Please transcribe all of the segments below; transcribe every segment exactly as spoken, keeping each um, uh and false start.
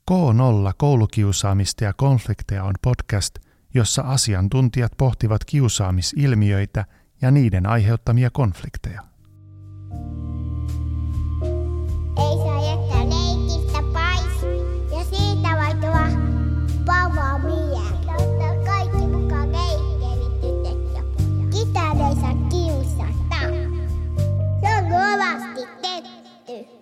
K nolla koulukiusaamista ja konflikteja on podcast, jossa asiantuntijat pohtivat kiusaamisilmiöitä ja niiden aiheuttamia konflikteja. Ei saa jättää leikistä pois ja siitä voi tulla pahaa mieltä. Ottaa kaikki mukaan leikkeihin tytöt ja pojat. Kitään ei saa kiusata. Se on kovasti tehty.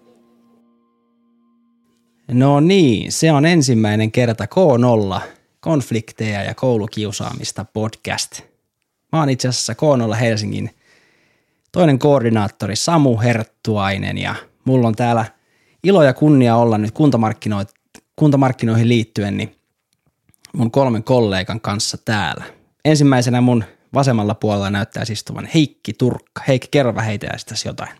No niin, se on ensimmäinen kerta K nolla konflikteja ja koulukiusaamista podcast. Mä oon itse asiassa K nolla Helsingin toinen koordinaattori Samu Herttuainen ja mulla on täällä ilo ja kunnia olla nyt kuntamarkkinoihin liittyen niin mun kolmen kollegan kanssa täällä. Ensimmäisenä mun vasemmalla puolella näyttää istuvan Heikki Turkka. Heikki, kerro vähän heitäisitäsi jotain.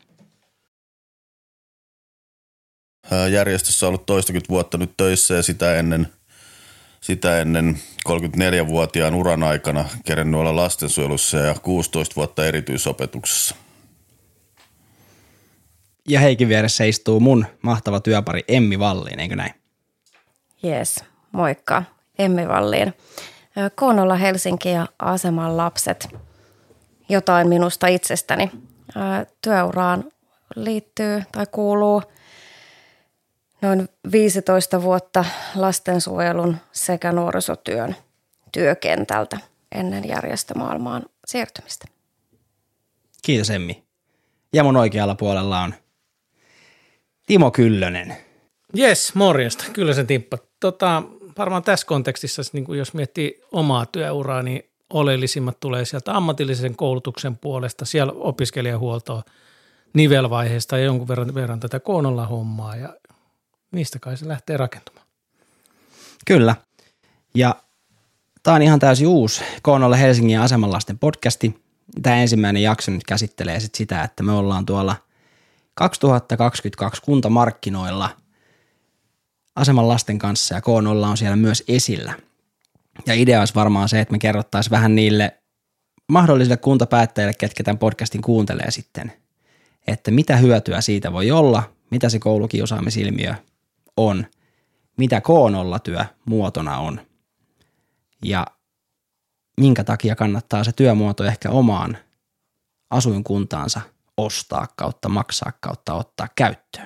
Järjestössä on ollut toistakymmentä vuotta nyt töissä ja sitä ennen, sitä ennen kolmekymmentäneljävuotiaan uran aikana kerennyt olla lastensuojelussa ja kuusitoista vuotta erityisopetuksessa. Ja Heikin vieressä istuu mun mahtava työpari Emmi Valliin, eikö näin? Jes, moikka. Emmi Valliin. K nolla Helsinki ja Aseman lapset. Jotain minusta itsestäni. Työuraan liittyy tai kuuluu noin viisitoista vuotta lastensuojelun sekä nuorisotyön työkentältä ennen järjestömaailmaan siirtymistä. Kiitos Emmi. Ja mun oikealla puolella on Timo Kyllönen. Jes, morjesta. Kyllä se Timppa. Tota, varmaan tässä kontekstissa, niin kun jos miettii omaa työuraa, niin oleellisimmat tulee sieltä ammatillisen koulutuksen puolesta, siellä opiskelijahuoltoa nivelvaiheesta ja jonkun verran, verran tätä K nolla hommaa ja niistä kai se lähtee rakentumaan. Kyllä. Ja tämä on ihan täysin uusi K nolla Helsingin ja Asemanlasten podcasti. Tämä ensimmäinen jakso nyt käsittelee sit sitä, että me ollaan tuolla kaksituhattakaksikymmentäkaksi kuntamarkkinoilla Aseman lasten kanssa ja K nolla on siellä myös esillä. Ja idea olisi varmaan se, että me kerrottaisiin vähän niille mahdollisille kuntapäättäjille, ketkä tämän podcastin kuuntelee sitten, että mitä hyötyä siitä voi olla, mitä se koulukiusaamisilmiö on, mitä K nolla työ muotona on ja minkä takia kannattaa se työmuoto ehkä omaan asuinkuntaansa ostaa kautta maksaa kautta ottaa käyttöön.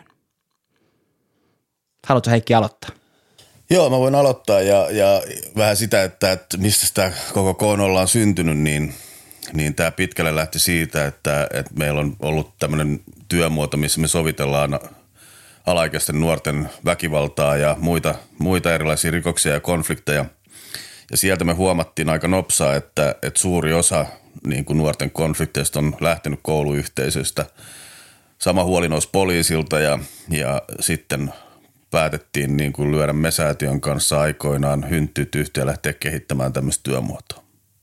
Haluatko Heikki aloittaa? Joo, mä voin aloittaa ja, ja vähän sitä, että, että mistä tämä koko K nolla on syntynyt, niin, niin tämä pitkälle lähti siitä, että, että meillä on ollut tämmöinen työmuoto, missä me sovitellaan alaikäisten nuorten väkivaltaa ja muita, muita erilaisia rikoksia ja konflikteja. Ja sieltä me huomattiin aika nopsaa, että, että suuri osa niin kuin nuorten konflikteista on lähtenyt kouluyhteisöstä. Sama huoli nousi poliisilta ja, ja sitten päätettiin niin kuin lyödä Me-säätiön kanssa aikoinaan hynttyyt yhteen ja lähteä kehittämään tämmöistä työmuotoa.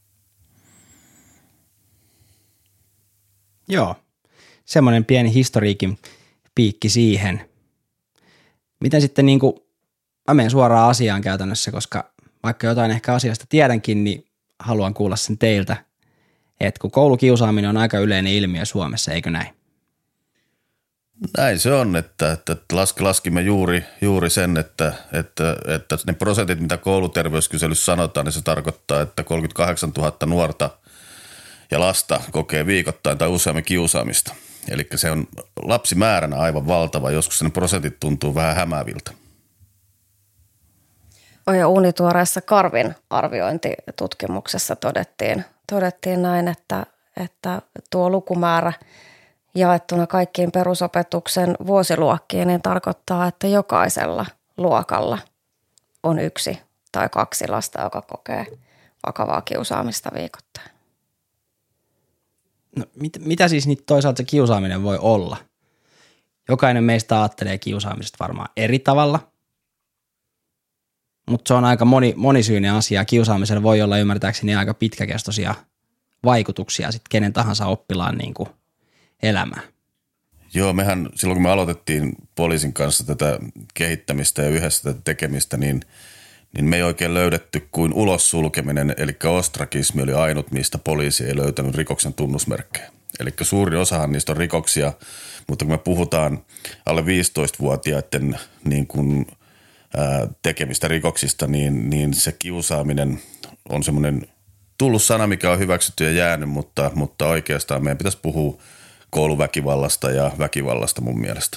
Joo, semmoinen pieni historiikin piikki siihen. Miten sitten niin kuin, mä menen suoraan asiaan käytännössä, koska vaikka jotain ehkä asiasta tiedänkin, niin haluan kuulla sen teiltä, että kun koulukiusaaminen on aika yleinen ilmiö Suomessa, eikö näin? Näin se on, että, että laski, laskimme juuri, juuri sen, että, että, että ne prosentit, mitä kouluterveyskyselyssä sanotaan, niin se tarkoittaa, että kolmekymmentäkahdeksantuhatta nuorta ja lasta kokee viikoittain tai useammin kiusaamista. Eli se on lapsimääränä aivan valtava, joskus ne prosentit tuntuu vähän hämääviltä. Ja uunituoreessa Karvin arviointitutkimuksessa todettiin, todettiin näin, että, että tuo lukumäärä jaettuna kaikkiin perusopetuksen vuosiluokkiin niin tarkoittaa, että jokaisella luokalla on yksi tai kaksi lasta, joka kokee vakavaa kiusaamista viikoittain. No, mit, mitä siis nyt toisaalta se kiusaaminen voi olla? Jokainen meistä ajattelee kiusaamisesta varmaan eri tavalla, mutta se on aika moni, monisyinen asia. Kiusaamisella voi olla ymmärtääkseni aika pitkäkestoisia vaikutuksia sitten kenen tahansa oppilaan niin kuin elämään. Joo, mehän silloin kun me aloitettiin poliisin kanssa tätä kehittämistä ja yhdessä tätä tekemistä, niin, niin me ei oikein löydetty kuin ulos sulkeminen, eli ostrakismi oli ainut, mistä poliisi ei löytänyt rikoksen tunnusmerkkejä. Eli suurin osahan niistä on rikoksia, mutta kun me puhutaan alle viisitoistavuotiaiden niin kuin ää, tekemistä rikoksista, niin, niin se kiusaaminen on semmoinen tullut sana, mikä on hyväksytty ja jäänyt, mutta, mutta oikeastaan meidän pitäisi puhua kouluväkivallasta ja väkivallasta mun mielestä.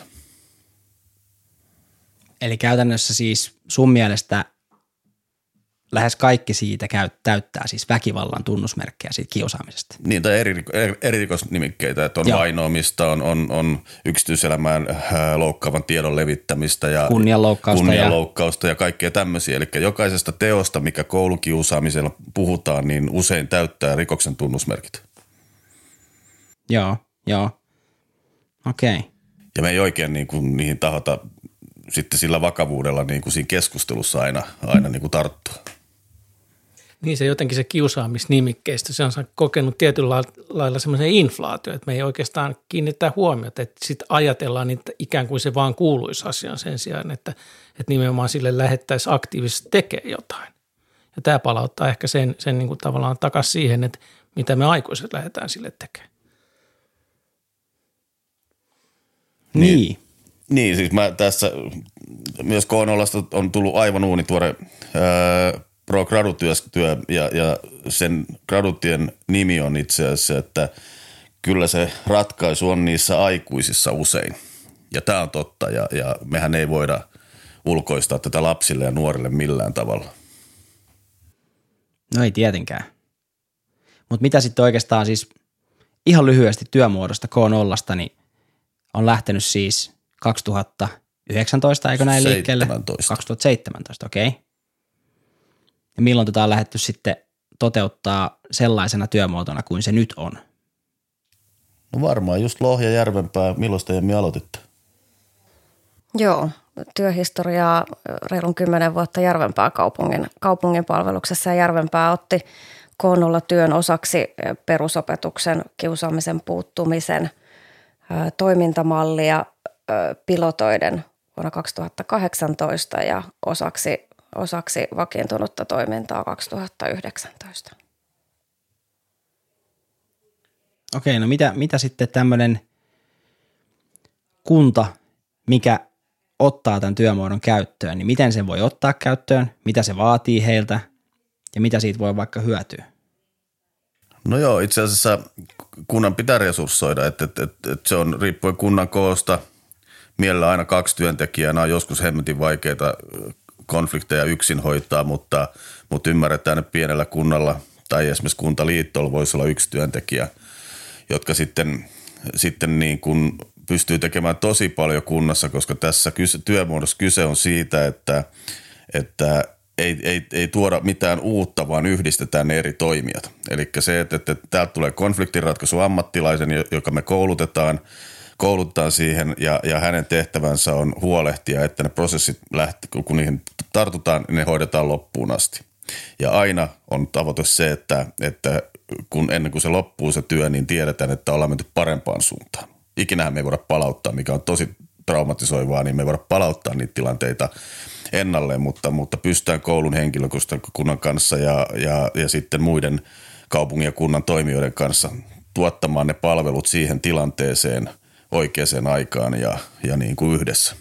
Eli käytännössä siis sun mielestä lähes kaikki siitä käy, täyttää siis väkivallan tunnusmerkkejä siitä kiusaamisesta. Niin, tai eri, eri, eri rikosnimikkeitä, että on Joo. vainoamista, on, on, on yksityiselämään loukkaavan tiedon levittämistä ja kunnianloukkausta, kunnianloukkausta ja, ja kaikkea tämmöisiä. Eli jokaisesta teosta, mikä koulukiusaamisella puhutaan, niin usein täyttää rikoksen tunnusmerkit. Joo, joo. Okei. Okay. Ja me ei oikein niin kuin niihin tahota sitten sillä vakavuudella niin kuin siinä keskustelussa aina, aina niin kuin tarttua. Niin se jotenkin se kiusaamisnimikkeistä, se on kokenut tietyllä lailla semmoisen inflaatio, että me ei oikeastaan kiinnittää huomiota, että sitten ajatellaan, että ikään kuin se vaan kuuluisi asiaan sen sijaan, että, että nimenomaan sille lähettäisiin aktiivisesti tekemään jotain. Ja tämä palauttaa ehkä sen, sen niin kuin tavallaan takaisin siihen, että mitä me aikuiset lähdetään sille tekemään. Niin. Niin, niin siis mä tässä myös K nollasta on tullut aivan uunituore ää, pro-gradutyö ja, ja sen gradutien nimi on itse asiassa, että kyllä se ratkaisu on niissä aikuisissa usein. Ja tämä on totta ja, ja mehän ei voida ulkoistaa tätä lapsille ja nuorille millään tavalla. No ei tietenkään. Mutta mitä sitten oikeastaan siis ihan lyhyesti työmuodosta K nollasta, niin on lähtenyt siis kaksituhattayhdeksäntoista, eikö näin liikkeelle? seitsemäntoista kaksituhattaseitsemäntoista, okei. Okay. Ja milloin tätä on lähdetty sitten toteuttaa sellaisena työmuotona kuin se nyt on? No varmaan just Lohja, Järvenpää. Milloin sitä Emmi aloititte? Joo, työhistoriaa reilun kymmenen vuotta Järvenpää kaupungin, kaupungin palveluksessa ja Järvenpää otti K nolla työn osaksi perusopetuksen kiusaamisen puuttumisen toimintamallia pilotoiden vuonna kaksituhattakahdeksantoista ja osaksi, osaksi vakiintunutta toimintaa kaksituhattayhdeksäntoista. Okei, no mitä, mitä sitten tämmöinen kunta, mikä ottaa tämän työmuodon käyttöön, niin miten sen voi ottaa käyttöön, mitä se vaatii heiltä ja mitä siitä voi vaikka hyötyä? No joo, itse asiassa kunnan pitää resurssoida, että, että, että, että se on riippuen kunnan koosta. Mielellä aina kaksi työntekijää, nämä on joskus hemmetin vaikeita konflikteja yksin hoitaa, mutta, mutta ymmärretään, että pienellä kunnalla tai esimerkiksi kuntaliittolla voisi olla yksi työntekijä, jotka sitten, sitten niin kuin pystyy tekemään tosi paljon kunnassa, koska tässä kyse, työmuodossa kyse on siitä, että, että ei, ei, ei tuoda mitään uutta, vaan yhdistetään ne eri toimijat. Eli se, että, että täältä tulee konfliktinratkaisu ammattilaisen, joka me koulutetaan, koulutetaan siihen ja, ja hänen tehtävänsä on huolehtia, että ne prosessit, lähti, kun niihin tartutaan, ne hoidetaan loppuun asti. Ja aina on tavoite se, että, että kun ennen kuin se loppuu se työ, niin tiedetään, että ollaan menty parempaan suuntaan. Ikinähän me ei voida palauttaa, mikä on tosi traumatisoivaa, niin me ei voida palauttaa niitä tilanteita ennalleen, mutta, mutta pystytään koulun henkilökunnan kanssa ja, ja, ja sitten muiden kaupungin ja kunnan toimijoiden kanssa tuottamaan ne palvelut siihen tilanteeseen oikeaan aikaan ja, ja niin kuin yhdessä.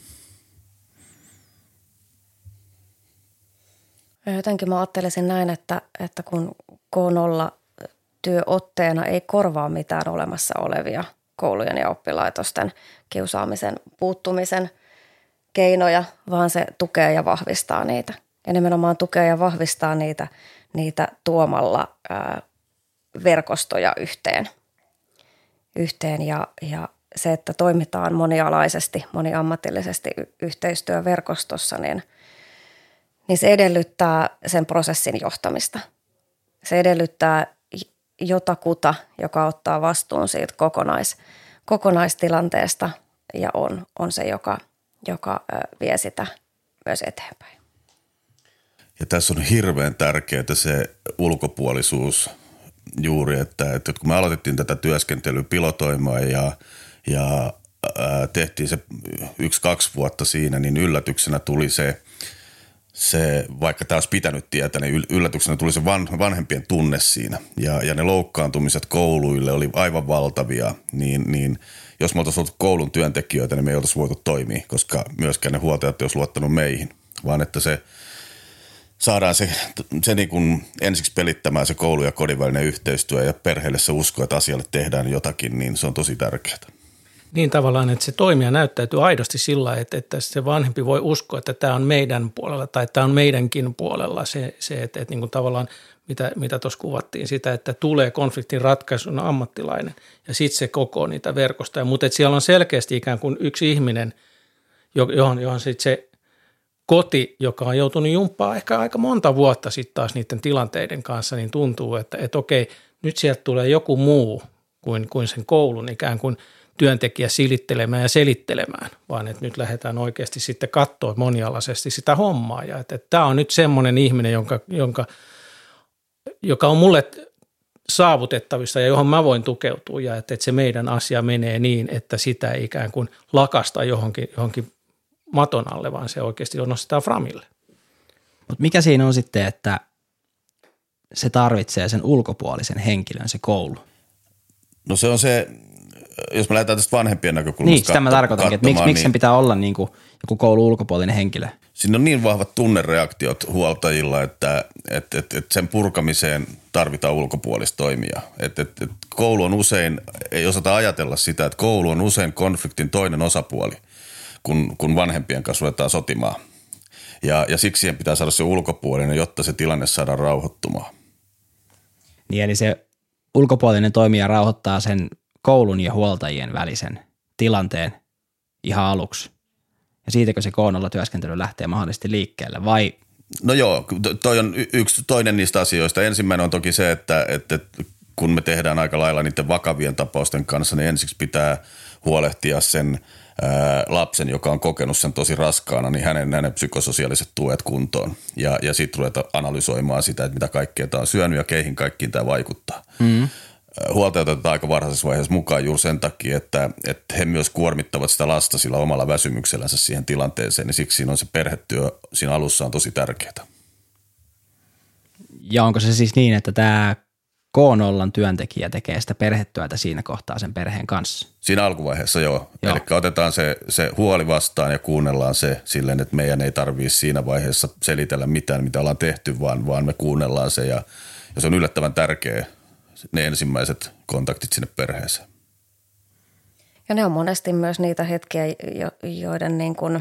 Jotenkin mä ajattelisin näin, että, että kun K nolla työotteena ei korvaa mitään olemassa olevia koulujen ja oppilaitosten kiusaamisen puuttumisen keinoja, vaan se tukee ja vahvistaa niitä. Ja nimenomaan tukee ja vahvistaa niitä, niitä tuomalla ää, verkostoja yhteen. yhteen ja, ja se, että toimitaan monialaisesti, moniammatillisesti y- yhteistyöverkostossa, niin, niin se edellyttää sen prosessin johtamista. Se edellyttää jotakuta, joka ottaa vastuun siitä kokonais, kokonaistilanteesta ja on, on se, joka, joka vie sitä myös eteenpäin. Ja tässä on hirveän tärkeää se ulkopuolisuus juuri, että, että kun me aloitettiin tätä työskentelyä pilotoimaan ja, ja ää, tehtiin se yksi-kaksi vuotta siinä, niin yllätyksenä tuli se, se, vaikka tämä olisi pitänyt tietää, niin yllätyksenä tuli se van, vanhempien tunne siinä. Ja, ja ne loukkaantumiset kouluille oli aivan valtavia, niin, niin jos me oltaisiin oltu koulun työntekijöitä, niin me ei oltaisi voitu toimia, koska myöskään ne huoltajat ei olisi luottanut meihin. vaan että se saadaan se, se niin kuin ensiksi pelittämään se koulu ja kodin välinen yhteistyö ja perheelle se usko, että asialle tehdään jotakin, niin se on tosi tärkeää. Niin tavallaan, että se toimija näyttäytyy aidosti sillä, että, että se vanhempi voi uskoa, että tämä on meidän puolella tai tämä on meidänkin puolella se, se että, että niin kuin tavallaan mitä, mitä tuossa kuvattiin sitä, että tulee konfliktin ratkaisuna ammattilainen ja sitten se koko niitä verkostoja, mutta että siellä on selkeästi ikään kuin yksi ihminen, johon, johon sitten se koti, joka on joutunut jumppaa ehkä aika monta vuotta sitten taas niiden tilanteiden kanssa, niin tuntuu, että, että okei, nyt sieltä tulee joku muu kuin, kuin sen koulun ikään kuin työntekijä silittelemään ja selittelemään, vaan että nyt lähdetään oikeasti sitten katsoa monialaisesti sitä hommaa ja että, että tämä on nyt semmoinen ihminen, jonka, jonka, joka on mulle saavutettavissa ja johon mä voin tukeutua ja että, että se meidän asia menee niin, että sitä ei ikään kuin lakasta johonkin, johonkin maton alle, vaan se oikeasti nostetaan framille. Mutta mikä siinä on sitten, että se tarvitsee sen ulkopuolisen henkilön, se koulu? No se on se, jos me lähdetään tästä vanhempien näkökulmasta Niin, sitä mä tarkoitankin, että miksi, miksi sen pitää olla niin kuin joku koulu ulkopuolinen henkilö? Siinä on niin vahvat tunnereaktiot huoltajilla, että, että, että, että sen purkamiseen tarvitaan ulkopuolista toimia. Että, että, että koulu on usein, ei osata ajatella sitä, että koulu on usein konfliktin toinen osapuoli, kun, kun vanhempien kanssa ruvetaan sotimaan. Ja, ja siksi siihen pitää saada se ulkopuolinen, jotta se tilanne saadaan rauhoittumaan. Niin, eli se ulkopuolinen toimija rauhoittaa sen koulun ja huoltajien välisen tilanteen ihan aluksi. Ja siitäkö se K nolla -työskentely lähtee mahdollisesti liikkeelle vai? No joo, toi on yksi toinen niistä asioista. Ensimmäinen on toki se, että, että kun me tehdään aika lailla niiden vakavien tapausten kanssa, niin ensiksi pitää huolehtia sen ää, lapsen, joka on kokenut sen tosi raskaana, niin hänen, hänen psykososiaaliset tuet kuntoon. Ja, ja sitten ruveta analysoimaan sitä, että mitä kaikkea tämä on syönyt ja keihin kaikkiin tämä vaikuttaa. Mm. Huoltajat otetaan aika varhaisessa vaiheessa mukaan juuri sen takia, että, että he myös kuormittavat sitä lasta sillä omalla väsymyksellänsä siihen tilanteeseen, niin siksi siinä on se perhetyö siinä alussa on tosi tärkeää. Ja onko se siis niin, että tämä K nolla työntekijä tekee sitä perhetyötä siinä kohtaa sen perheen kanssa? Siinä alkuvaiheessa joo. joo. Eli otetaan se, se huoli vastaan ja kuunnellaan se silleen, että meidän ei tarvitse siinä vaiheessa selitellä mitään, mitä ollaan tehty, vaan, vaan me kuunnellaan se ja, ja se on yllättävän tärkeä ne ensimmäiset kontaktit sinne perheeseen. Ja ne on monesti myös niitä hetkiä, joiden, niin kuin,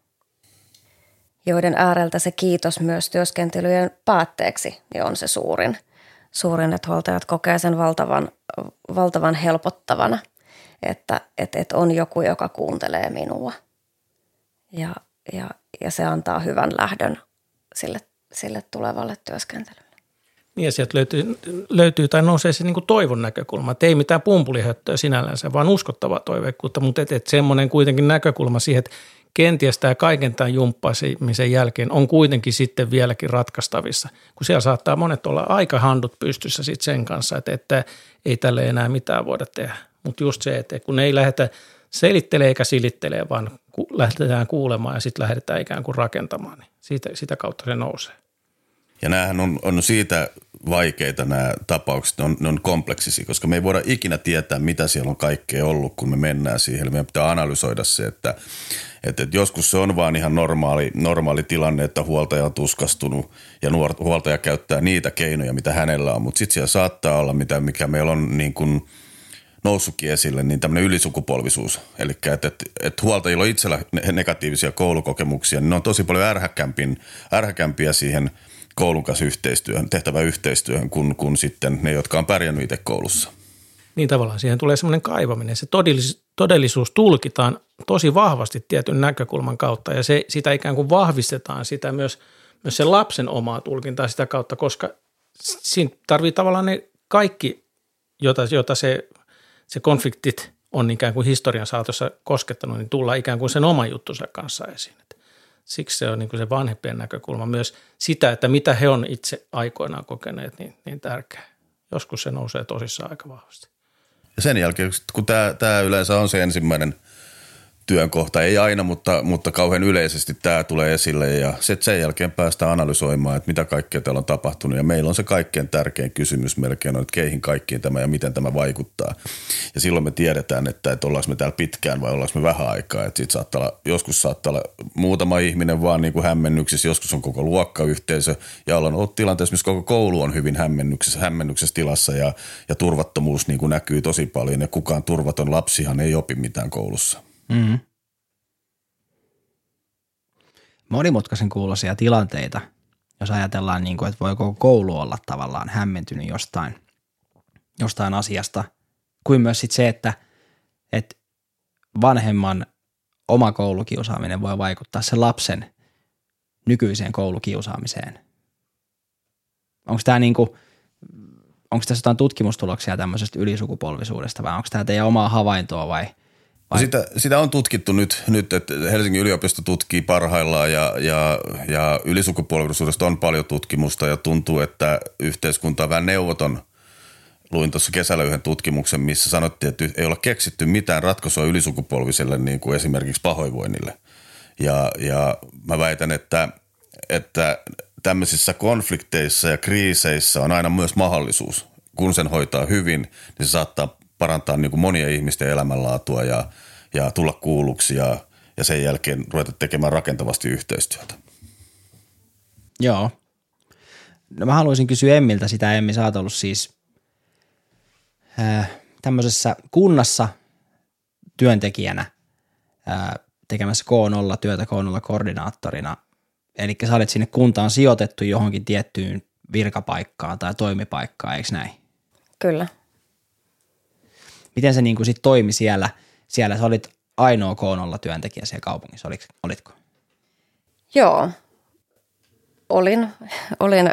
joiden ääreltä se kiitos myös työskentelyjen päätteeksi niin on se suurin. Suurin, että huoltajat kokee sen valtavan, valtavan helpottavana, että et, et on joku, joka kuuntelee minua. Ja, ja, ja se antaa hyvän lähdön sille, sille tulevalle työskentelylle. Niin ja sieltä löytyy, löytyy tai nousee se niin kuin toivon näkökulma, että ei mitään pumpulihöttöä sinällänsä, vaan uskottavaa toiveikkuutta, mutta et, et semmoinen kuitenkin näkökulma siihen, että kenties tämä kaiken tämän jumppaamisen jälkeen on kuitenkin sitten vieläkin ratkaistavissa, kun siellä saattaa monet olla aika handut pystyssä sitten sen kanssa, että, että ei tälle enää mitään voida tehdä. Mutta just se, että kun ei lähdetä selittelee eikä silittelee, vaan ku, lähdetään kuulemaan ja sitten lähdetään ikään kuin rakentamaan, niin siitä, sitä kautta se nousee. Ja näähän on, on siitä vaikeita nämä tapaukset, ne on, ne on kompleksisia, koska me ei voida ikinä tietää, mitä siellä on kaikkea ollut, kun me mennään siihen. Meidän pitää analysoida se, että, että, että joskus se on vaan ihan normaali, normaali tilanne, että huoltaja on tuskastunut ja nuor, huoltaja käyttää niitä keinoja, mitä hänellä on. Mutta sitten siellä saattaa olla, mitä, mikä meillä on niin kuin noussutkin esille, niin tämmöinen ylisukupolvisuus. Eli että, että, että huoltajilla on itsellä negatiivisia koulukokemuksia, niin ne on tosi paljon ärhäkämpiä siihen koulun kanssa yhteistyöhön, tehtävä yhteistyöhön, kun, kun sitten ne, jotka on pärjännyt itse koulussa. Niin tavallaan siihen tulee semmoinen kaivaminen. Se todellisuus, todellisuus tulkitaan tosi vahvasti tietyn näkökulman kautta ja se, sitä ikään kuin vahvistetaan sitä myös, myös sen lapsen omaa tulkintaa sitä kautta, koska siinä tarvii tavallaan ne kaikki, jota, jota se, se konfliktit on ikään kuin historian saatossa koskettanut, niin tulla ikään kuin sen oman juttunsa kanssa esiin. Siksi se on niin kuin se vanhempien näkökulma myös sitä, että mitä he on itse aikoinaan kokeneet, niin, niin tärkeä. Joskus se nousee tosissaan aika vahvasti. Ja sen jälkeen, kun tämä, tämä yleensä on se ensimmäinen työn kohta. Ei aina, mutta, mutta kauhean yleisesti tämä tulee esille ja sitten sen jälkeen päästään analysoimaan, että mitä kaikkea täällä on tapahtunut. Ja meillä on se kaikkein tärkein kysymys melkein on, että keihin kaikkiin tämä ja miten tämä vaikuttaa. Ja silloin me tiedetään, että, että ollaanko me täällä pitkään vai ollaanko me vähän aikaa. Että sit saattaa olla, joskus saattaa olla muutama ihminen vaan niin kuin hämmennyksissä, joskus on koko luokkayhteisö ja ollaan ollut tilanteessa, missä koko koulu on hyvin hämmennyksessä, hämmennyksessä tilassa ja, ja turvattomuus niin kuin näkyy tosi paljon ja kukaan turvaton lapsihan ei opi mitään koulussa. Mm-hmm. Monimutkaisen kuuloisia tilanteita, jos ajatellaan, niin kuin, että voi koko koulu olla tavallaan hämmentynyt jostain, jostain asiasta, kuin myös sit se, että, että vanhemman oma koulukiusaaminen voi vaikuttaa sen lapsen nykyiseen koulukiusaamiseen. Onko tämä niin kuin, onko tässä jotain tutkimustuloksia tämmöisestä ylisukupolvisuudesta vai onko tämä teidän omaa havaintoa vai? vai? Sitä, sitä on tutkittu nyt, nyt, että Helsingin yliopisto tutkii parhaillaan ja, ja, ja ylisukupolvisuudesta on paljon tutkimusta ja tuntuu, että yhteiskunta on vähän neuvoton. Luin tuossa kesällä yhden tutkimuksen, missä sanottiin, että ei olla keksitty mitään ratkaisua ylisukupolviselle niin kuin esimerkiksi pahoinvoinnille. Ja, ja mä väitän, että, että tämmöisissä konflikteissa ja kriiseissä on aina myös mahdollisuus. Kun sen hoitaa hyvin, niin se saattaa parantaa niin kuin monien ihmisten elämänlaatua ja, ja tulla kuulluksi ja, ja sen jälkeen ruveta tekemään rakentavasti yhteistyötä. Joo. No mä haluaisin kysyä Emmiltä sitä. Emmi, sä oot ollut siis äh, tämmöisessä kunnassa työntekijänä äh, tekemässä K nolla työtä K nolla koordinaattorina. Eli sä olet sinne kuntaan sijoitettu johonkin tiettyyn virkapaikkaan tai toimipaikkaan, eikö näin? Kyllä. Miten se niin kuin sit toimi siellä? Siellä sä olit ainoa K nolla työntekijä siellä kaupungissa, olitko? Joo. Olin, olin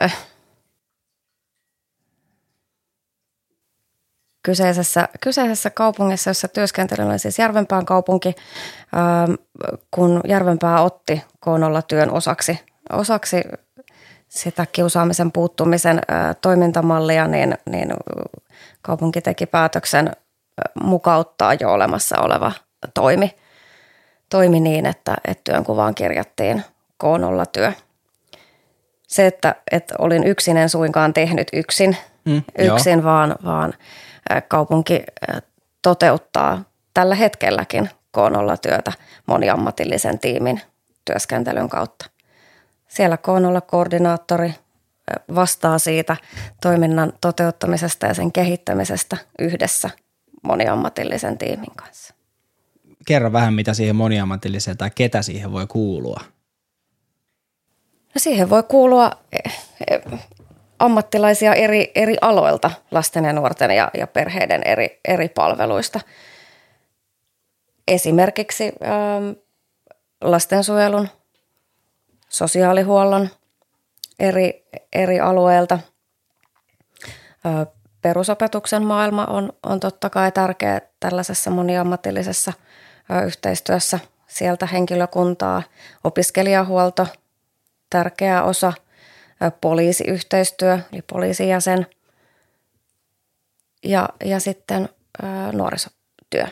kyseisessä, kyseisessä kaupungissa, jossa työskentelin, oli siis Järvenpään kaupunki, kun Järvenpää otti K nolla työn osaksi, osaksi sitä kiusaamisen puuttumisen toimintamallia, niin, niin kaupunki teki päätöksen mukauttaa jo olemassa oleva toimi, toimi niin, että, että työnkuvaan kirjattiin K nolla työ. Se, että, että olin yksin, en suinkaan tehnyt yksin, mm, yksin vaan, vaan kaupunki toteuttaa tällä hetkelläkin K nolla työtä moniammatillisen tiimin työskentelyn kautta. Siellä K nolla koordinaattori vastaa siitä toiminnan toteuttamisesta ja sen kehittämisestä yhdessä moniammatillisen tiimin kanssa. Kerro vähän, mitä siihen moniammatilliseen tai ketä siihen voi kuulua. No siihen voi kuulua ammattilaisia eri, eri aloilta, lasten ja nuorten ja, ja perheiden eri, eri palveluista. Esimerkiksi ähm, lastensuojelun, sosiaalihuollon eri, eri alueilta. Äh, perusopetuksen maailma on, on totta kai tärkeä tällaisessa moniammatillisessa äh, yhteistyössä. Sieltä henkilökuntaa, opiskelijahuolto, tärkeä osa, poliisiyhteistyö, eli poliisijäsen ja, ja sitten ää, nuorisotyö.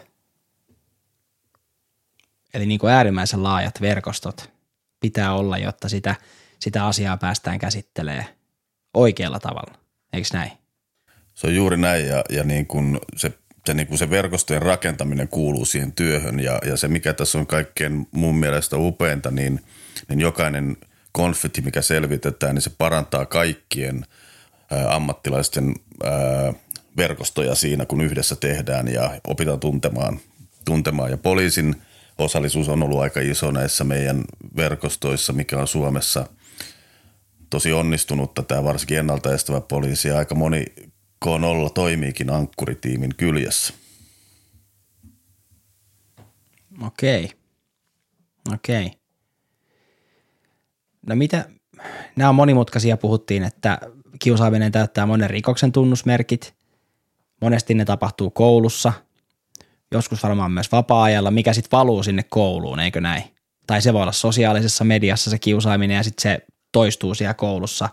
Eli niin kuin äärimmäisen laajat verkostot pitää olla, jotta sitä, sitä asiaa päästään käsittelemään oikealla tavalla, eikö näin? Se on juuri näin ja, ja niin kuin se, se, niin kuin se verkostojen rakentaminen kuuluu siihen työhön ja, ja se mikä tässä on kaikkein mun mielestä upeinta, niin, niin jokainen konflikti, mikä selvitetään, niin se parantaa kaikkien ä, ammattilaisten ä, verkostoja siinä, kun yhdessä tehdään ja opitaan tuntemaan. tuntemaan. Ja poliisin osallisuus on ollut aika iso näissä meidän verkostoissa, mikä on Suomessa tosi onnistunutta. Tämä varsinkin ennaltaestävä poliisi ja aika moni K nolla toimiikin ankkuritiimin kyljessä. Okei. Okei. No mitä, nämä on monimutkaisia, puhuttiin, että kiusaaminen täyttää monen rikoksen tunnusmerkit. Monesti ne tapahtuu koulussa, joskus varmaan myös vapaa-ajalla, mikä sitten valuu sinne kouluun, eikö näin? Tai se voi olla sosiaalisessa mediassa se kiusaaminen ja sitten se toistuu siellä koulussa.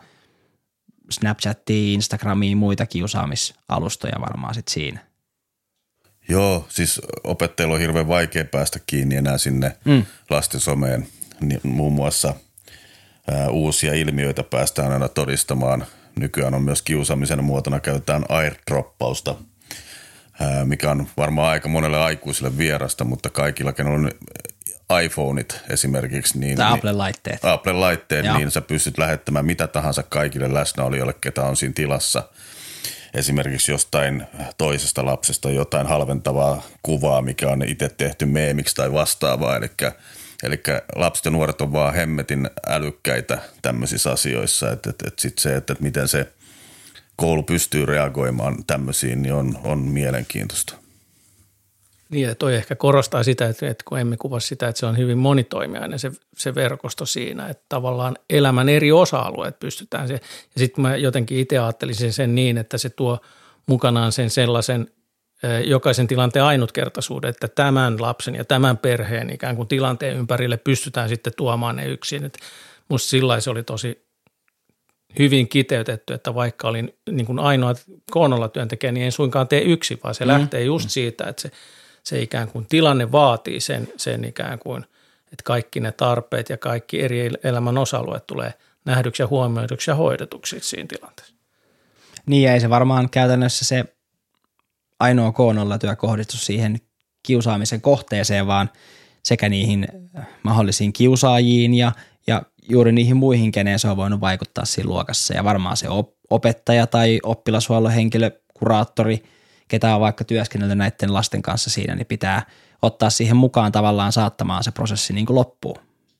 Snapchattiin, Instagramiin, muita kiusaamisalustoja varmaan sitten siinä. Joo, siis opettajilla on hirveän vaikea päästä kiinni enää sinne mm. lasten someen. Niin muun muassa ää, uusia ilmiöitä päästään aina todistamaan. Nykyään on myös kiusaamisen muotona käytetään airdroppausta, ää, mikä on varmaan aika monelle aikuisille vierasta, mutta kaikilla, kenellä on iPhoneit esimerkiksi. Niin, tai Apple-laitteet. Apple-laitteet, Joo. niin sä pystyt lähettämään mitä tahansa kaikille läsnäolijoille, ketä on siinä tilassa. Esimerkiksi jostain toisesta lapsesta jotain halventavaa kuvaa, mikä on itse tehty meemiksi tai vastaavaa. Eli, eli lapset ja nuoret on vaan hemmetin älykkäitä tämmöisissä asioissa. Että et, et sitten se, että et miten se koulu pystyy reagoimaan tämmöisiin, niin on, on mielenkiintoista. Niin, ja toi ehkä korostaa sitä, että, että kun emme kuvaa sitä, että se on hyvin monitoimiainen se, se verkosto siinä, että tavallaan elämän eri osa-alueet pystytään se. Ja sitten mä jotenkin itse ajattelisin sen niin, että se tuo mukanaan sen sellaisen jokaisen tilanteen ainutkertaisuuden, että tämän lapsen ja tämän perheen ikään kuin tilanteen ympärille pystytään sitten tuomaan ne yksin. Että musta sillä se oli tosi hyvin kiteytetty, että vaikka olin niin kuin ainoa koonnolla työntekijä, niin en suinkaan tee yksin, vaan se mm. lähtee just siitä, että se Se ikään kuin tilanne vaatii sen, sen ikään kuin, että kaikki ne tarpeet ja kaikki eri elämän osa-alueet tulee nähdyksi ja huomioiduksi ja hoidetuksi siinä tilanteessa. Niin ja ei se varmaan käytännössä se ainoa koonnolla-työ kohdistu siihen kiusaamisen kohteeseen, vaan sekä niihin mahdollisiin kiusaajiin ja, ja juuri niihin muihin, keneen se on voinut vaikuttaa siinä luokassa. Ja varmaan se opettaja tai oppilashuollon henkilö, kuraattori, ketä on vaikka työskennellyt näiden lasten kanssa siinä, niin pitää ottaa siihen mukaan tavallaan saattamaan se prosessi niin kuin loppuun.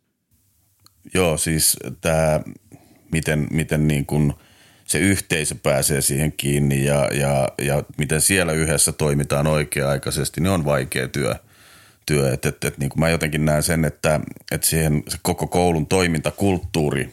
Joo, siis tämä, miten, miten niin kuin se yhteisö pääsee siihen kiinni ja, ja, ja miten siellä yhdessä toimitaan oikea-aikaisesti, niin on vaikea työ. työ. Et, et, et, niin kuin mä jotenkin näen sen, että, että siihen se koko koulun toimintakulttuuri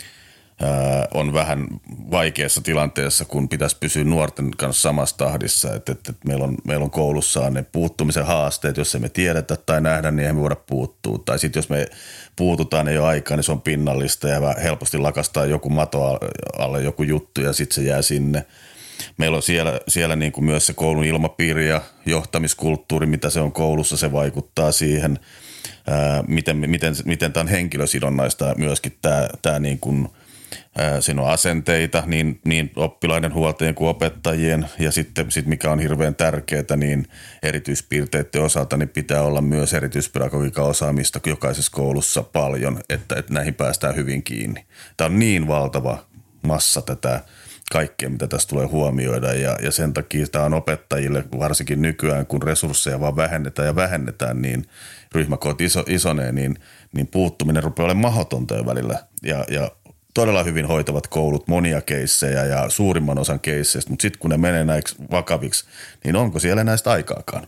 on vähän vaikeassa tilanteessa, kun pitäisi pysyä nuorten kanssa samassa tahdissa. Että, että, että meillä, on, meillä on koulussa ne puuttumisen haasteet, jos emme tiedetä tai nähdä, niin emme voida puuttua. Tai sitten jos me puututaan ei ole aikaa, niin se on pinnallista ja helposti lakastaa joku mato alle joku juttu ja sitten se jää sinne. Meillä on siellä, siellä niin kuin myös se koulun ilmapiiri ja johtamiskulttuuri, mitä se on koulussa, se vaikuttaa siihen. Ää, miten, miten, miten tämä on henkilösidonnaista myöskin tämä, tämä niin kuin siinä on asenteita niin, niin oppilaiden, huoltajien kuin opettajien ja sitten sit mikä on hirveän tärkeää, niin erityispiirteiden osalta niin pitää olla myös erityispedagogiikan osaamista jokaisessa koulussa paljon, että, että näihin päästään hyvin kiinni. Tämä on niin valtava massa tätä kaikkea, mitä tässä tulee huomioida ja, ja sen takia tämä on opettajille varsinkin nykyään, kun resursseja vaan vähennetään ja vähennetään, niin ryhmäkoot iso, isonee, niin, niin puuttuminen rupeaa olemaan mahdotonta jo välillä ja, ja todella hyvin hoitavat koulut monia keissejä ja suurimman osan keisseistä, mutta sitten kun ne menee näiksi vakaviksi, niin onko siellä näistä aikaakaan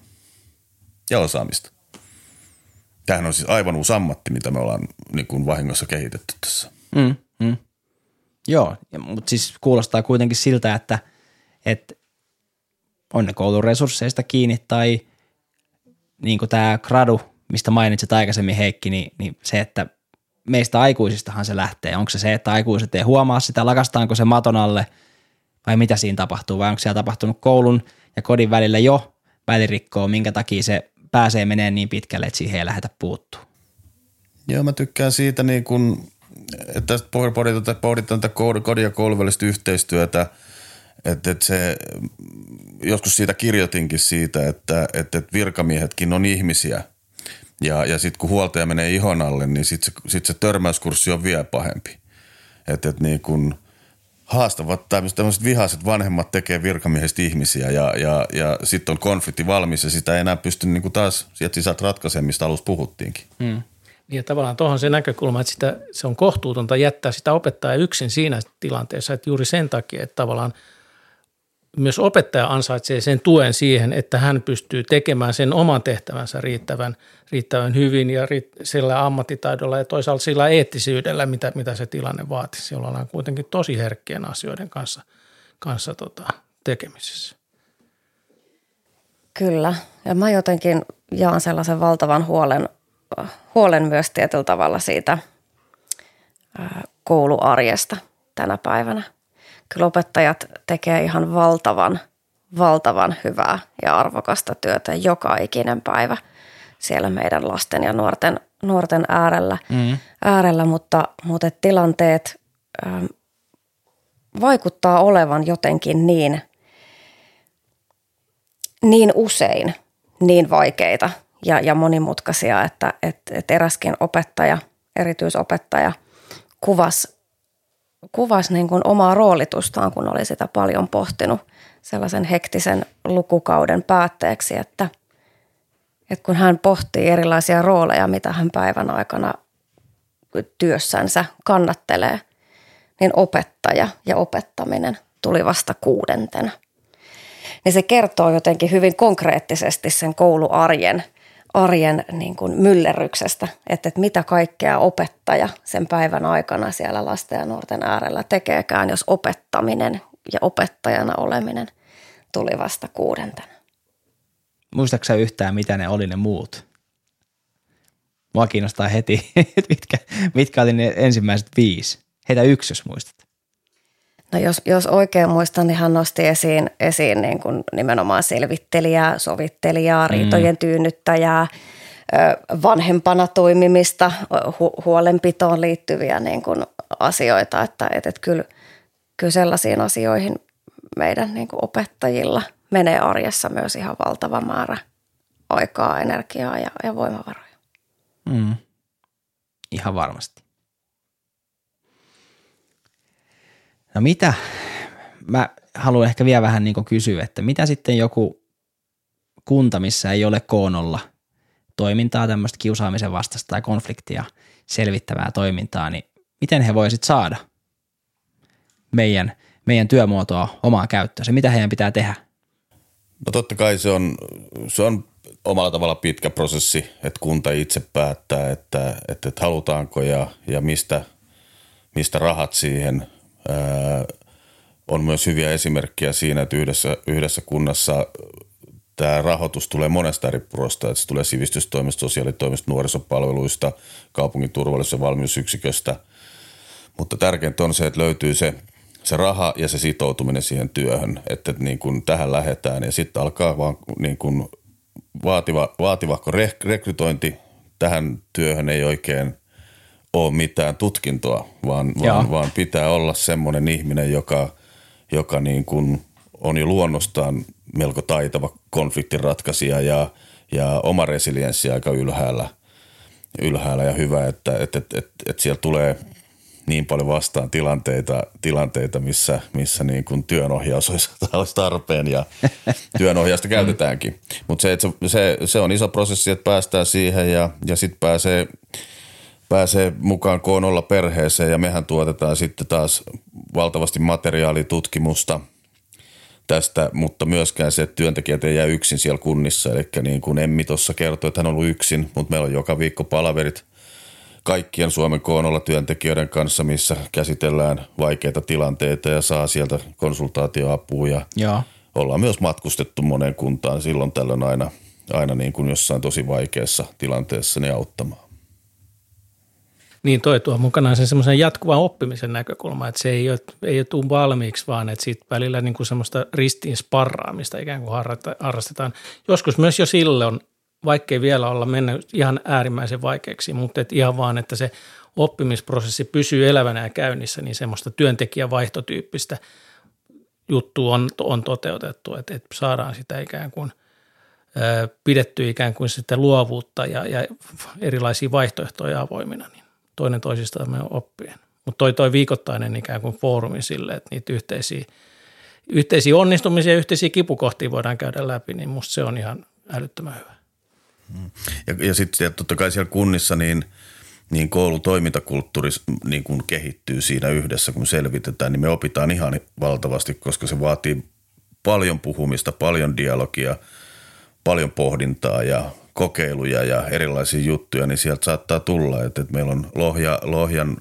ja osaamista? Tämähän on siis aivan uusi ammatti, mitä me ollaan niin kuin vahingossa kehitetty tässä. Mm, mm. Joo, mutta siis kuulostaa kuitenkin siltä, että, että on ne koulun resursseista kiinni tai niin kuin tämä gradu, mistä mainitsit aikaisemmin Heikki, niin, niin se, että meistä aikuisistahan se lähtee. Onko se se, että aikuiset ei huomaa sitä, lakastaanko se maton alle vai mitä siinä tapahtuu? Vai onko siellä tapahtunut koulun ja kodin välillä jo välirikkoa, minkä takia se pääsee meneen niin pitkälle, että siihen ei lähdetä puuttua? Joo, mä tykkään siitä, niin kun, että pohditaan, pohditaan tätä kodin ja koulun välistä yhteistyötä, että, että se, joskus siitä kirjoitinkin siitä, että, että virkamiehetkin on ihmisiä. Ja, ja sitten kun huoltaja menee ihon alle, niin sitten se, sit se törmäyskurssi on vielä pahempi. Että et niin kun haastavat tai tämmöiset vihaiset vanhemmat tekee virkamiehistä ihmisiä ja, ja, ja sitten on konflikti valmis ja sitä ei enää pysty niin kuin taas sieltä sisältä ratkaisemaan, mistä alussa puhuttiinkin. Hmm. Niin ja tavallaan tuohon se näkökulma, että sitä, se on kohtuutonta jättää sitä opettajaa yksin siinä tilanteessa, että juuri sen takia, että tavallaan myös opettaja ansaitsee sen tuen siihen, että hän pystyy tekemään sen oman tehtävänsä riittävän, riittävän hyvin ja sillä ammattitaidolla ja toisaalta sillä eettisyydellä, mitä, mitä se tilanne vaatii. Siellä ollaan kuitenkin tosi herkkien asioiden kanssa, kanssa tota, tekemisissä. Kyllä, ja mä jotenkin jaan sellaisen valtavan huolen, huolen myös tietyllä tavalla siitä ää, kouluarjesta tänä päivänä. Kyllä opettajat tekee ihan valtavan, valtavan hyvää ja arvokasta työtä joka ikinen päivä siellä meidän lasten ja nuorten, nuorten äärellä, mm. äärellä mutta, mutta tilanteet ähm, vaikuttaa olevan jotenkin niin, niin usein niin vaikeita ja, ja monimutkaisia, että et, et eräskin opettaja, erityisopettaja kuvasi, kuvasi niin kuin omaa roolitustaan, kun oli sitä paljon pohtinut sellaisen hektisen lukukauden päätteeksi, että, että kun hän pohtii erilaisia rooleja, mitä hän päivän aikana työssänsä kannattelee, niin opettaja ja opettaminen tuli vasta kuudentena. Niin se kertoo jotenkin hyvin konkreettisesti sen kouluarjen arjen niin kuin myllerryksestä, että, että mitä kaikkea opettaja sen päivän aikana siellä lasten ja nuorten äärellä tekeekään, jos opettaminen ja opettajana oleminen tuli vasta kuudentena. Muistatko sä yhtään, mitä ne oli ne muut? Mua kiinnostaa heti, mitkä, mitkä oli ne ensimmäiset viisi. Heitä yksi, jos muistat. No jos, jos oikein muistan, niin hän nosti esiin, esiin niin kuin nimenomaan selvittelijää, sovittelijaa, riitojen mm. tyynnyttäjää, vanhempana toimimista, hu- huolenpitoon liittyviä niin kuin asioita. Että, että, että kyllä, kyllä sellaisiin asioihin meidän niin kuin opettajilla menee arjessa myös ihan valtava määrä aikaa, energiaa ja, ja voimavaroja. Mm. Ihan varmasti. No mitä, mä haluan ehkä vielä vähän niin kuin kysyä, että mitä sitten joku kunta, missä ei ole K nolla toimintaa, tämmöistä kiusaamisen vastaista tai konfliktia selvittävää toimintaa, niin miten he voisivat saada meidän, meidän työmuotoa omaan käyttöönsä? Mitä heidän pitää tehdä? No totta kai se on, se on omalla tavalla pitkä prosessi, että kunta itse päättää, että, että, että halutaanko ja, ja mistä, mistä rahat siihen. Ää, on myös hyviä esimerkkejä siinä, että yhdessä, yhdessä kunnassa tämä rahoitus tulee monesta eri purosta, että se tulee sivistystoimista, sosiaalitoimista, nuorisopalveluista, kaupungin turvallisuus- ja valmiusyksiköstä. Mutta tärkeintä on se, että löytyy se, se raha ja se sitoutuminen siihen työhön, että niin kuin tähän lähdetään ja sitten alkaa vaan niin kuin vaativa, vaativahko rekrytointi. Tähän työhön ei oikein ole mitään tutkintoa, vaan, vaan, vaan pitää olla semmoinen ihminen, joka, joka niin kuin on jo luonnostaan melko taitava konfliktinratkaisija ja, ja oma resilienssi aika ylhäällä, ylhäällä ja hyvä, että et, et, et, et siellä tulee niin paljon vastaan tilanteita, tilanteita missä, missä niin kuin työnohjaus olisi tarpeen ja työnohjausta käytetäänkin. Mutta se, se, se, se on iso prosessi, että päästään siihen ja, ja sitten pääsee, pääsee mukaan K nolla perheeseen ja mehän tuotetaan sitten taas valtavasti materiaalitutkimusta tästä, mutta myöskään se, että työntekijät ei jää yksin siellä kunnissa. Eli niin kuin Emmi tuossa kertoi, että hän on ollut yksin, mutta meillä on joka viikko palaverit kaikkien Suomen K nolla työntekijöiden kanssa, missä käsitellään vaikeita tilanteita ja saa sieltä konsultaatioapua. Ja Joo. ollaan myös matkustettu moneen kuntaan silloin tällöin aina, aina niin kuin jossain tosi vaikeassa tilanteessa niin auttamaan. Niin toi tuo mukanaan sen semmoisen jatkuvan oppimisen näkökulma, että se ei ole, ei ole tuu valmiiksi, vaan että siitä välillä niin kuin semmoista ristiin sparraamista ikään kuin harrastetaan. Joskus myös jo silloin, vaikkei vielä olla mennyt ihan äärimmäisen vaikeaksi, mutta et ihan vaan, että se oppimisprosessi pysyy elävänä ja käynnissä, niin semmoista työntekijävaihtotyyppistä juttua on, on toteutettu, että, että saadaan sitä ikään kuin ö, pidettyä ikään kuin sitä luovuutta ja, ja erilaisia vaihtoehtoja avoimina, niin toinen toisistaan me oppien. Mutta toi, toi viikoittainen ikään kuin foorumi sille, että niitä yhteisiä, yhteisiä onnistumisia ja yhteisiä kipukohtia voidaan käydä läpi, niin musta se on ihan älyttömän hyvä. Ja, ja sitten totta kai siellä kunnissa niin, niin koulutoimintakulttuuri niin kun kehittyy siinä yhdessä, kun selvitetään, niin me opitaan ihan valtavasti, koska se vaatii paljon puhumista, paljon dialogia, paljon pohdintaa ja kokeiluja ja erilaisia juttuja, niin sieltä saattaa tulla, että, että meillä on Lohja, Lohjan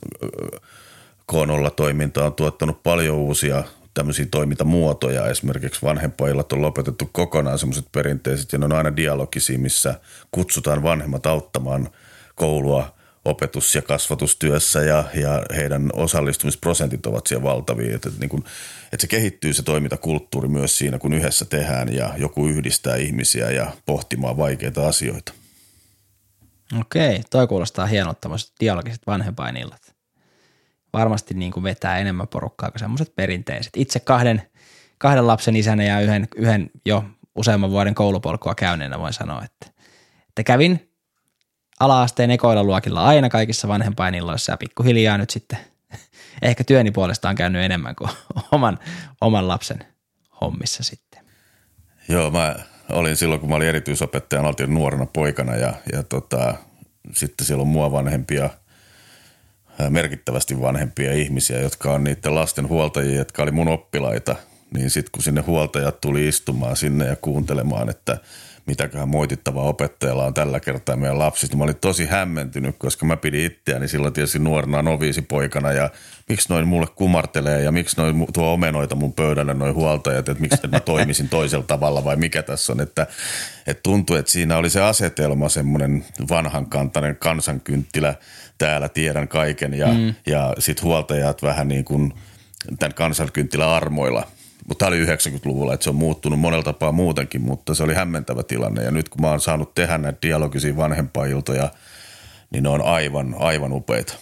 K nolla -toiminta on tuottanut paljon uusia tämmöisiä toimintamuotoja. Esimerkiksi vanhempaillat on lopetettu kokonaan semmoiset perinteiset ja ne on aina dialogisia, missä kutsutaan vanhemmat auttamaan koulua opetus- ja kasvatustyössä ja, ja heidän osallistumisprosentit ovat siellä valtavia. Että, että, niin kuin, että se kehittyy se toimintakulttuuri myös siinä, kun yhdessä tehdään ja joku yhdistää ihmisiä ja pohtimaan vaikeita asioita. Okei, toi kuulostaa hienolta tämmöiset dialogiset vanhempainillat. Varmasti niin kuin vetää enemmän porukkaa kuin semmoiset perinteiset. Itse kahden, kahden lapsen isänä ja yhden, yhden jo useamman vuoden koulupolkua käyneenä voin sanoa, että, että kävin ala-asteen ekoilla luokilla aina kaikissa vanhempainilloissa ja pikkuhiljaa nyt sitten ehkä työni puolesta on käynyt enemmän kuin oman, oman lapsen hommissa sitten. Joo, mä olin silloin, kun mä olin erityisopettaja, oltiin nuorena poikana ja, ja tota, sitten siellä on mua vanhempia, merkittävästi vanhempia ihmisiä, jotka on niiden lasten huoltajia, jotka oli mun oppilaita. Niin sitten kun sinne huoltajat tuli istumaan sinne ja kuuntelemaan, että mitäköhän moitittavaa opettajalla on tällä kertaa meidän lapsista. Mä olin tosi hämmentynyt, koska mä pidin itseäni silloin tietysti nuorena noviisipoikana ja miksi noin mulle kumartelee ja miksi noin tuo omenoita mun pöydälle noin huoltajat, että miksi mä toimisin toisella tavalla vai mikä tässä on. Että, että tuntui, että siinä oli se asetelma semmoinen vanhankantainen kansankynttilä, täällä tiedän kaiken ja, mm. ja sit huoltajat vähän niin kuin tämän kansankynttilän armoilla. Mutta tämä oli yhdeksänkymmentäluvulla, että se on muuttunut monella tapaa muutenkin, mutta se oli hämmentävä tilanne. Ja nyt kun mä oon saanut tehdä näitä dialogisia vanhempailtoja, niin ne on aivan, aivan upeita.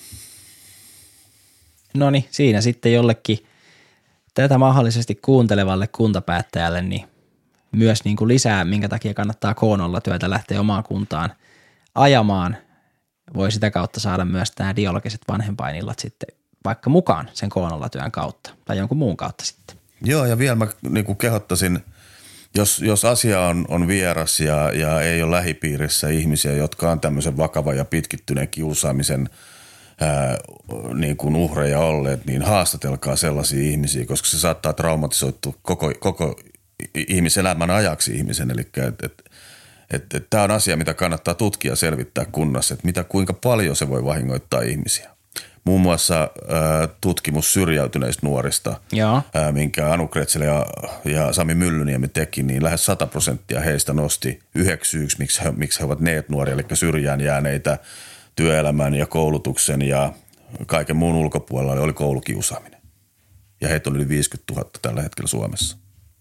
No niin, siinä sitten jollekin tätä mahdollisesti kuuntelevalle kuntapäättäjälle niin myös niin kuin lisää, minkä takia kannattaa K nolla -työtä lähteä omaan kuntaan ajamaan. Voi sitä kautta saada myös nämä dialogiset vanhempainillat sitten vaikka mukaan sen K nolla -työn kautta tai jonkun muun kautta sitten. Joo, ja vielä mä niin kuin kehottaisin, jos, jos asia on, on vieras ja, ja ei ole lähipiirissä ihmisiä, jotka on tämmöisen vakavan ja pitkittyneen kiusaamisen ää, niin kuin uhreja olleet, niin haastatelkaa sellaisia ihmisiä, koska se saattaa traumatisoitua koko, koko ihmiselämän ajaksi ihmisen. Eli että et, et, et, tämä on asia, mitä kannattaa tutkia ja selvittää kunnassa, että mitä, kuinka paljon se voi vahingoittaa ihmisiä. Muun muassa ä, tutkimus syrjäytyneistä nuorista, ä, minkä Anu Kretsel ja, ja Sami Myllyniemi teki, niin lähes sata prosenttia heistä nosti yhdeksi syyksi, miksi he, miksi he ovat neet-nuoria, eli syrjään jääneitä työelämän ja koulutuksen ja kaiken muun ulkopuolella oli koulukiusaaminen. Ja heitä on yli viisikymmentätuhatta tällä hetkellä Suomessa.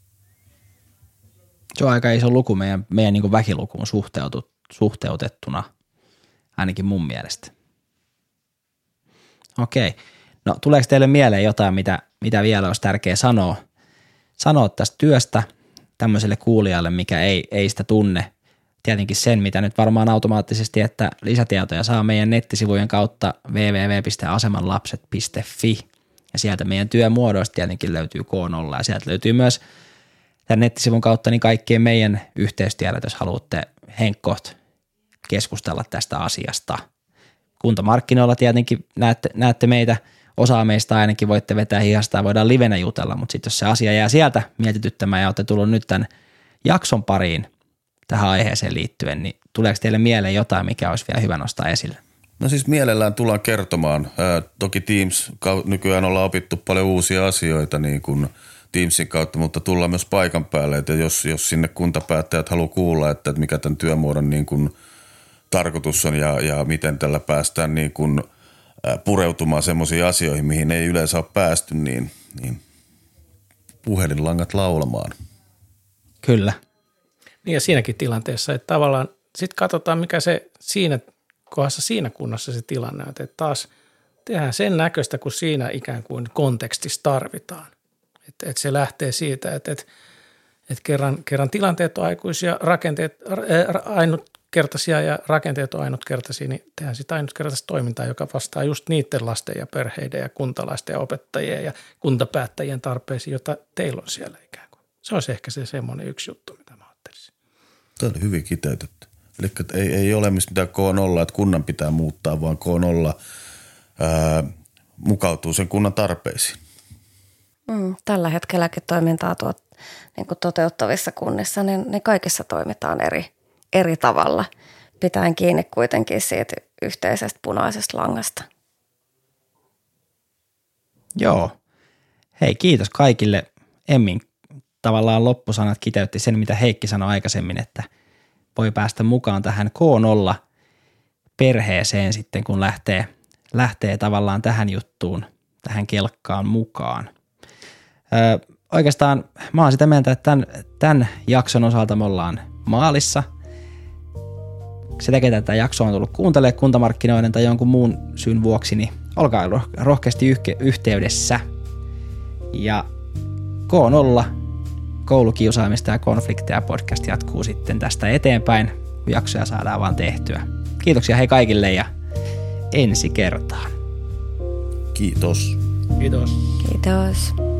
Se on aika iso luku meidän, meidän niin kuin väkilukuun suhteutettuna, ainakin mun mielestä. Okei. No tuleeko teille mieleen jotain, mitä, mitä vielä olisi tärkeää sanoa, sanoa tästä työstä tämmöiselle kuulijalle, mikä ei, ei sitä tunne? Tietenkin sen, mitä nyt varmaan automaattisesti, että lisätietoja saa meidän nettisivujen kautta double-u double-u double-u piste asemanlapset piste fi ja sieltä meidän työmuodoista tietenkin löytyy K nolla ja sieltä löytyy myös tämän nettisivun kautta niin kaikkien meidän yhteystiedot, jos haluatte henkkoht keskustella tästä asiasta. Kuntamarkkinoilla tietenkin näette, näette meitä, osaa meistä ainakin voitte vetää hihasta ja voidaan livenä jutella, mutta sitten jos se asia jää sieltä mietityttämään ja olette tullut nyt tämän jakson pariin tähän aiheeseen liittyen, niin tuleeko teille mieleen jotain, mikä olisi vielä hyvä nostaa esille? No siis mielellään tullaan kertomaan. Ää, toki Teams, nykyään ollaan opittu paljon uusia asioita niin kuin Teamsin kautta, mutta tullaan myös paikan päälle, että jos, jos sinne kuntapäättäjät haluaa kuulla, että mikä tämän työmuodon niin kuin tarkoitus on ja, ja miten tällä päästään niin kuin pureutumaan semmoisiin asioihin, mihin ei yleensä ole päästy, niin, niin puhelinlangat laulamaan. Kyllä. Niin ja siinäkin tilanteessa, että tavallaan sitten katsotaan, mikä se siinä kohdassa siinä kunnassa se tilanne on, että taas tehdään sen näköistä, kun siinä ikään kuin kontekstissa tarvitaan. Että et se lähtee siitä, että et, et kerran, kerran tilanteet on aikuisia, rakenteet ää, ainutkertaisia ja rakenteet on ainutkertaisia, niin tehdään sitä ainutkertaista toimintaa, joka vastaa just niiden lasten ja perheiden ja kuntalaisten ja opettajien ja kuntapäättäjien tarpeisiin, joita teillä on siellä ikään kuin. Se olisi ehkä se semmoinen yksi juttu, mitä mä ajattelisin. Tämä oli hyvin kiteytetty. Eli ei, ei ole mitään K nolla, että kunnan pitää muuttaa, vaan K nolla ää, mukautuu sen kunnan tarpeisiin. Mm, tällä hetkelläkin toimintaa tuot, niin kuin toteuttavissa kunnissa, niin, niin kaikissa toimitaan eri, eri tavalla, pitäen kiinni kuitenkin siitä yhteisestä punaisesta langasta. Joo. Hei, kiitos kaikille. Emmin tavallaan loppusanat kiteytti sen, mitä Heikki sanoi aikaisemmin, että voi päästä mukaan tähän K nolla perheeseen sitten, kun lähtee, lähtee tavallaan tähän juttuun, tähän kelkkaan mukaan. Öö, oikeastaan mä oon sitä mieltä, että tämän, tämän jakson osalta me ollaan maalissa. Se tekee, että tämä jakso on tullut kuuntelemaan kuntamarkkinoiden tai jonkun muun syyn vuoksi, niin olkaa rohkeasti yhteydessä. Ja K nolla, koulukiusaamista ja konflikteja podcast jatkuu sitten tästä eteenpäin, kun jaksoja saadaan vaan tehtyä. Kiitoksia hei kaikille ja ensi kertaan. Kiitos. Kiitos. Kiitos.